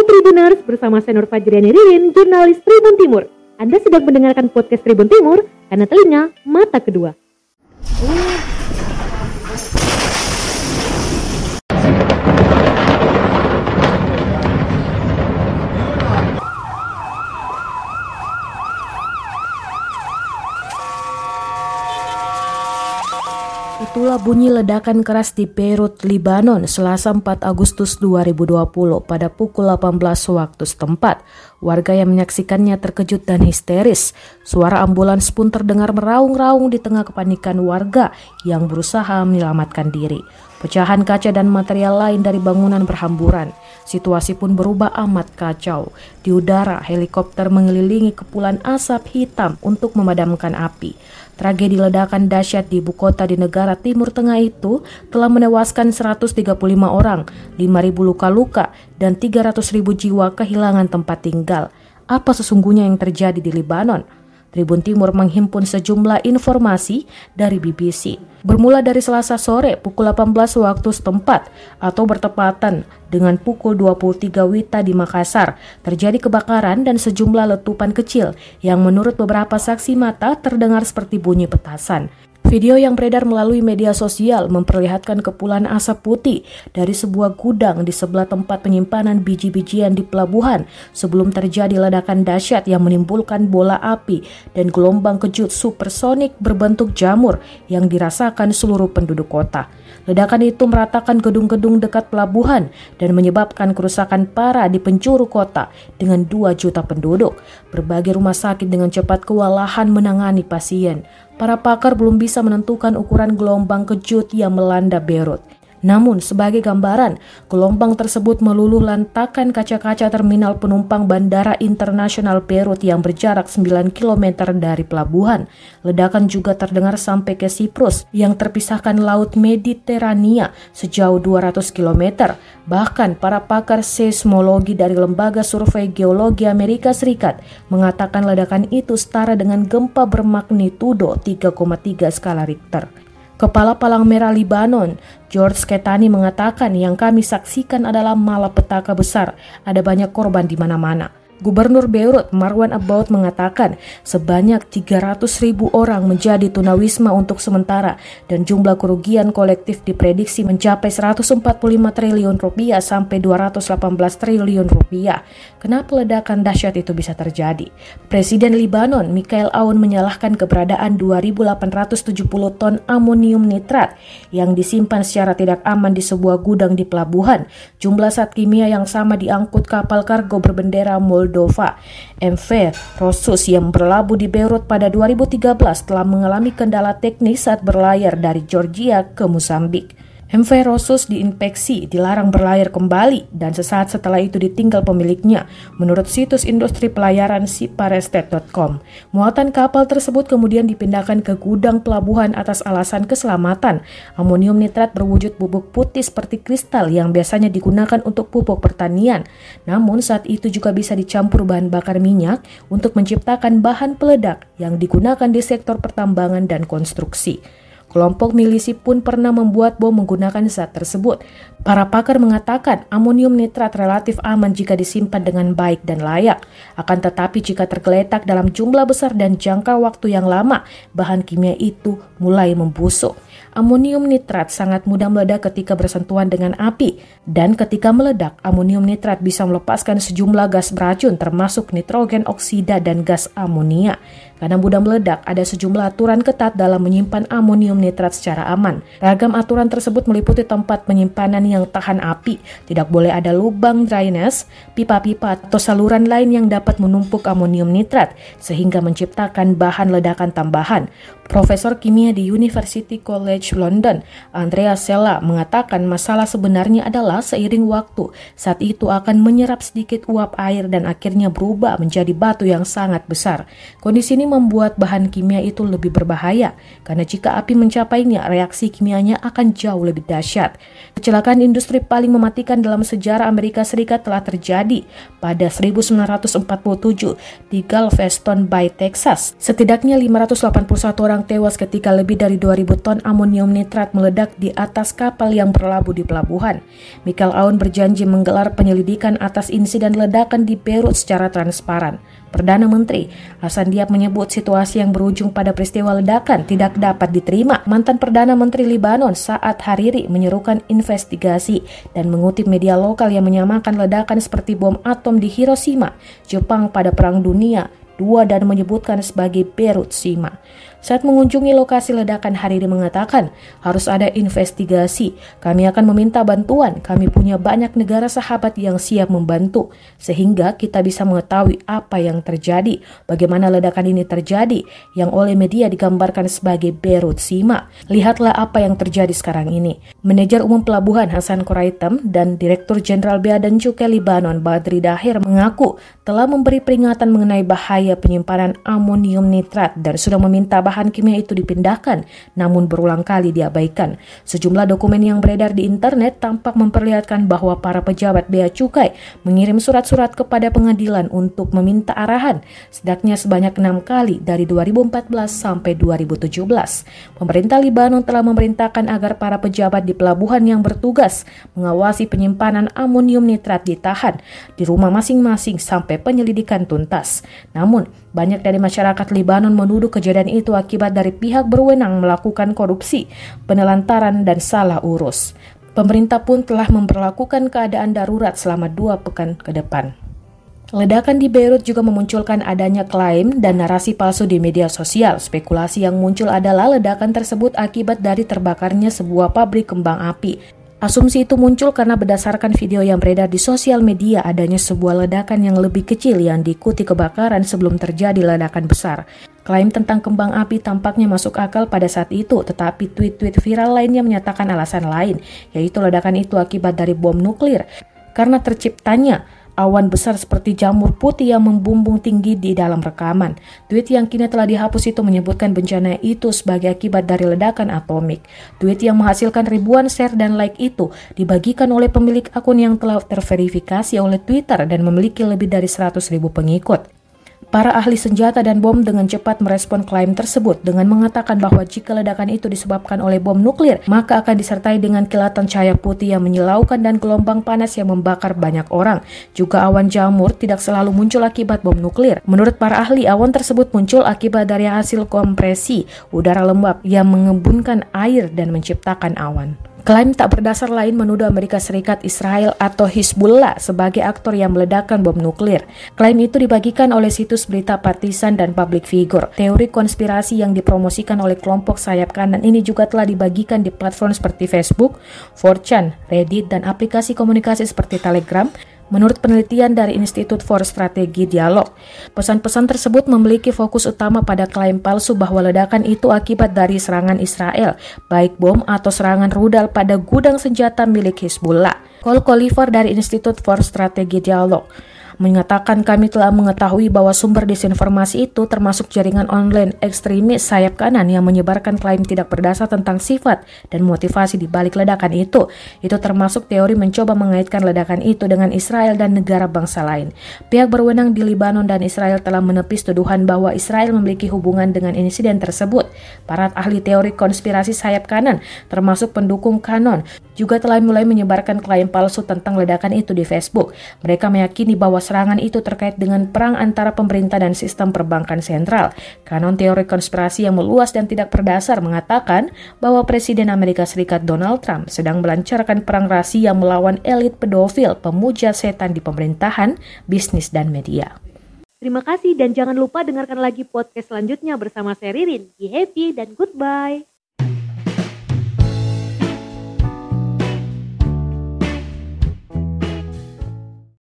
Tribuners, bersama saya Nur Fajriani Ririn, jurnalis Tribun Timur. Anda sedang mendengarkan podcast Tribun Timur, karena telinga, mata kedua. Itulah bunyi ledakan keras di Beirut, Lebanon, Selasa 4 Agustus 2020 pada pukul 18 waktu setempat. Warga yang menyaksikannya terkejut dan histeris. Suara ambulans pun terdengar meraung-raung di tengah kepanikan warga yang berusaha menyelamatkan diri. Pecahan kaca dan material lain dari bangunan berhamburan. Situasi pun berubah amat kacau. Di udara, helikopter mengelilingi kepulan asap hitam untuk memadamkan api. Tragedi ledakan dahsyat di ibu kota di negara Timur Tengah itu telah menewaskan 135 orang, 5.000 luka-luka, dan 300.000 jiwa kehilangan tempat tinggal. Apa sesungguhnya yang terjadi di Lebanon? Tribun Timur menghimpun sejumlah informasi dari BBC. Bermula dari Selasa sore pukul 18 waktu setempat atau bertepatan dengan pukul 23 WITA di Makassar, terjadi kebakaran dan sejumlah letupan kecil yang menurut beberapa saksi mata terdengar seperti bunyi petasan. Video yang beredar melalui media sosial memperlihatkan kepulan asap putih dari sebuah gudang di sebelah tempat penyimpanan biji-bijian di pelabuhan sebelum terjadi ledakan dahsyat yang menimbulkan bola api dan gelombang kejut supersonik berbentuk jamur yang dirasakan seluruh penduduk kota. Ledakan itu meratakan gedung-gedung dekat pelabuhan dan menyebabkan kerusakan parah di penjuru kota dengan 2 juta penduduk. Berbagai rumah sakit dengan cepat kewalahan menangani pasien. Para pakar belum bisa menentukan ukuran gelombang kejut yang melanda Beirut. Namun, sebagai gambaran, gelombang tersebut meluluh lantakan kaca-kaca terminal penumpang Bandara Internasional Beirut yang berjarak 9 km dari pelabuhan. Ledakan juga terdengar sampai ke Siprus yang terpisahkan Laut Mediterania sejauh 200 km. Bahkan, para pakar seismologi dari Lembaga Survei Geologi Amerika Serikat mengatakan ledakan itu setara dengan gempa bermagnitudo 3,3 skala Richter. Kepala Palang Merah Lebanon, George Ketani mengatakan yang kami saksikan adalah malapetaka besar, ada banyak korban di mana-mana. Gubernur Beirut, Marwan Abaud mengatakan sebanyak 300.000 orang menjadi tunawisma untuk sementara dan jumlah kerugian kolektif diprediksi mencapai 145 triliun rupiah sampai 218 triliun rupiah. Kenapa ledakan dahsyat itu bisa terjadi? Presiden Lebanon, Michael Aoun menyalahkan keberadaan 2.870 ton amonium nitrat yang disimpan secara tidak aman di sebuah gudang di pelabuhan. Jumlah zat kimia yang sama diangkut kapal kargo berbendera Moldova. MV Rosus yang berlabuh di Beirut pada 2013 telah mengalami kendala teknis saat berlayar dari Georgia ke Mozambik. MV Rosus diinspeksi, dilarang berlayar kembali dan sesaat setelah itu ditinggal pemiliknya, menurut situs industri pelayaran siparestate.com. Muatan kapal tersebut kemudian dipindahkan ke gudang pelabuhan atas alasan keselamatan. Amonium nitrat berwujud bubuk putih seperti kristal yang biasanya digunakan untuk pupuk pertanian. Namun saat itu juga bisa dicampur bahan bakar minyak untuk menciptakan bahan peledak yang digunakan di sektor pertambangan dan konstruksi. Kelompok milisi pun pernah membuat bom menggunakan zat tersebut. Para pakar mengatakan amonium nitrat relatif aman jika disimpan dengan baik dan layak. Akan tetapi jika tergeletak dalam jumlah besar dan jangka waktu yang lama, bahan kimia itu mulai membusuk. Amonium nitrat sangat mudah meledak ketika bersentuhan dengan api, dan ketika meledak, amonium nitrat bisa melepaskan sejumlah gas beracun termasuk nitrogen oksida dan gas amonia. Karena mudah meledak, ada sejumlah aturan ketat dalam menyimpan amonium nitrat secara aman. Ragam aturan tersebut meliputi tempat penyimpanan yang tahan api, tidak boleh ada lubang drainase, pipa-pipa atau saluran lain yang dapat menumpuk amonium nitrat, sehingga menciptakan bahan ledakan tambahan. Profesor kimia di University College London, Andrea Sella, mengatakan masalah sebenarnya adalah seiring waktu, saat itu akan menyerap sedikit uap air dan akhirnya berubah menjadi batu yang sangat besar. Kondisi ini membuat bahan kimia itu lebih berbahaya, karena jika api mencapainya, reaksi kimianya akan jauh lebih dahsyat. Kecelakaan industri paling mematikan dalam sejarah Amerika Serikat telah terjadi pada 1947 di Galveston Bay, Texas. Setidaknya 581 orang orang tewas ketika lebih dari 2.000 ton amonium nitrat meledak di atas kapal yang berlabuh di pelabuhan. Michael Aoun berjanji menggelar penyelidikan atas insiden ledakan di Beirut secara transparan. Perdana Menteri Hassan Diab menyebut situasi yang berujung pada peristiwa ledakan tidak dapat diterima. Mantan Perdana Menteri Libanon Saad Hariri menyerukan investigasi dan mengutip media lokal yang menyamakan ledakan seperti bom atom di Hiroshima, Jepang pada Perang Dunia II dan menyebutkan sebagai Beirut-shima. Saat mengunjungi lokasi ledakan, Hariri mengatakan harus ada investigasi. Kami akan meminta bantuan. Kami punya banyak negara sahabat yang siap membantu sehingga kita bisa mengetahui apa yang terjadi, bagaimana ledakan ini terjadi yang oleh media digambarkan sebagai Beirut-shima. Lihatlah apa yang terjadi sekarang ini. Manajer Umum Pelabuhan Hassan Koraitam dan Direktur Jenderal Bea dan Cukai Libanon Badri Dahir mengaku telah memberi peringatan mengenai bahaya penyimpanan amonium nitrat dan sudah meminta bahan kimia itu dipindahkan, namun berulang kali diabaikan. Sejumlah dokumen yang beredar di internet tampak memperlihatkan bahwa para pejabat bea cukai mengirim surat-surat kepada pengadilan untuk meminta arahan, setidaknya sebanyak 6 kali dari 2014 sampai 2017. Pemerintah Libanon telah memerintahkan agar para pejabat di pelabuhan yang bertugas mengawasi penyimpanan amonium nitrat ditahan di rumah masing-masing sampai penyelidikan tuntas. Namun, banyak dari masyarakat Libanon menuduh kejadian itu akibat dari pihak berwenang melakukan korupsi, penelantaran, dan salah urus. Pemerintah pun telah memperlakukan keadaan darurat selama 2 pekan ke depan. Ledakan di Beirut juga memunculkan adanya klaim dan narasi palsu di media sosial. Spekulasi yang muncul adalah ledakan tersebut akibat dari terbakarnya sebuah pabrik kembang api. Asumsi itu muncul karena berdasarkan video yang beredar di sosial media adanya sebuah ledakan yang lebih kecil yang diikuti kebakaran sebelum terjadi ledakan besar. Klaim tentang kembang api tampaknya masuk akal pada saat itu, tetapi tweet-tweet viral lainnya menyatakan alasan lain, yaitu ledakan itu akibat dari bom nuklir. Karena terciptanya awan besar seperti jamur putih yang membumbung tinggi di dalam rekaman. Tweet yang kini telah dihapus itu menyebutkan bencana itu sebagai akibat dari ledakan atomik. Tweet yang menghasilkan ribuan share dan like itu dibagikan oleh pemilik akun yang telah terverifikasi oleh Twitter dan memiliki lebih dari 100.000 pengikut. Para ahli senjata dan bom dengan cepat merespon klaim tersebut dengan mengatakan bahwa jika ledakan itu disebabkan oleh bom nuklir, maka akan disertai dengan kilatan cahaya putih yang menyilaukan dan gelombang panas yang membakar banyak orang. Juga awan jamur tidak selalu muncul akibat bom nuklir. Menurut para ahli, awan tersebut muncul akibat dari hasil kompresi udara lembab yang mengembunkan air dan menciptakan awan. Klaim tak berdasar lain menuduh Amerika Serikat, Israel, atau Hizbullah sebagai aktor yang meledakkan bom nuklir. Klaim itu dibagikan oleh situs berita partisan dan public figure. Teori konspirasi yang dipromosikan oleh kelompok sayap kanan ini juga telah dibagikan di platform seperti Facebook, 4chan, Reddit, dan aplikasi komunikasi seperti Telegram. Menurut penelitian dari Institute for Strategi Dialog, pesan-pesan tersebut memiliki fokus utama pada klaim palsu bahwa ledakan itu akibat dari serangan Israel, baik bom atau serangan rudal pada gudang senjata milik Hizbullah. Cole Colliver dari Institute for Strategi Dialog mengatakan kami telah mengetahui bahwa sumber disinformasi itu termasuk jaringan online ekstremis sayap kanan yang menyebarkan klaim tidak berdasar tentang sifat dan motivasi di balik ledakan itu. Itu termasuk teori mencoba mengaitkan ledakan itu dengan Israel dan negara bangsa lain. Pihak berwenang di Libanon dan Israel telah menepis tuduhan bahwa Israel memiliki hubungan dengan insiden tersebut. Para ahli teori konspirasi sayap kanan, termasuk pendukung kanon, juga telah mulai menyebarkan klaim palsu tentang ledakan itu di Facebook. Mereka meyakini bahwa serangan itu terkait dengan perang antara pemerintah dan sistem perbankan sentral. Kanon teori konspirasi yang meluas dan tidak berdasar mengatakan bahwa Presiden Amerika Serikat Donald Trump sedang melancarkan perang rahasia melawan elit pedofil, pemuja setan di pemerintahan, bisnis, dan media. Terima kasih dan jangan lupa dengarkan lagi podcast selanjutnya bersama saya Ririn. Be happy dan goodbye.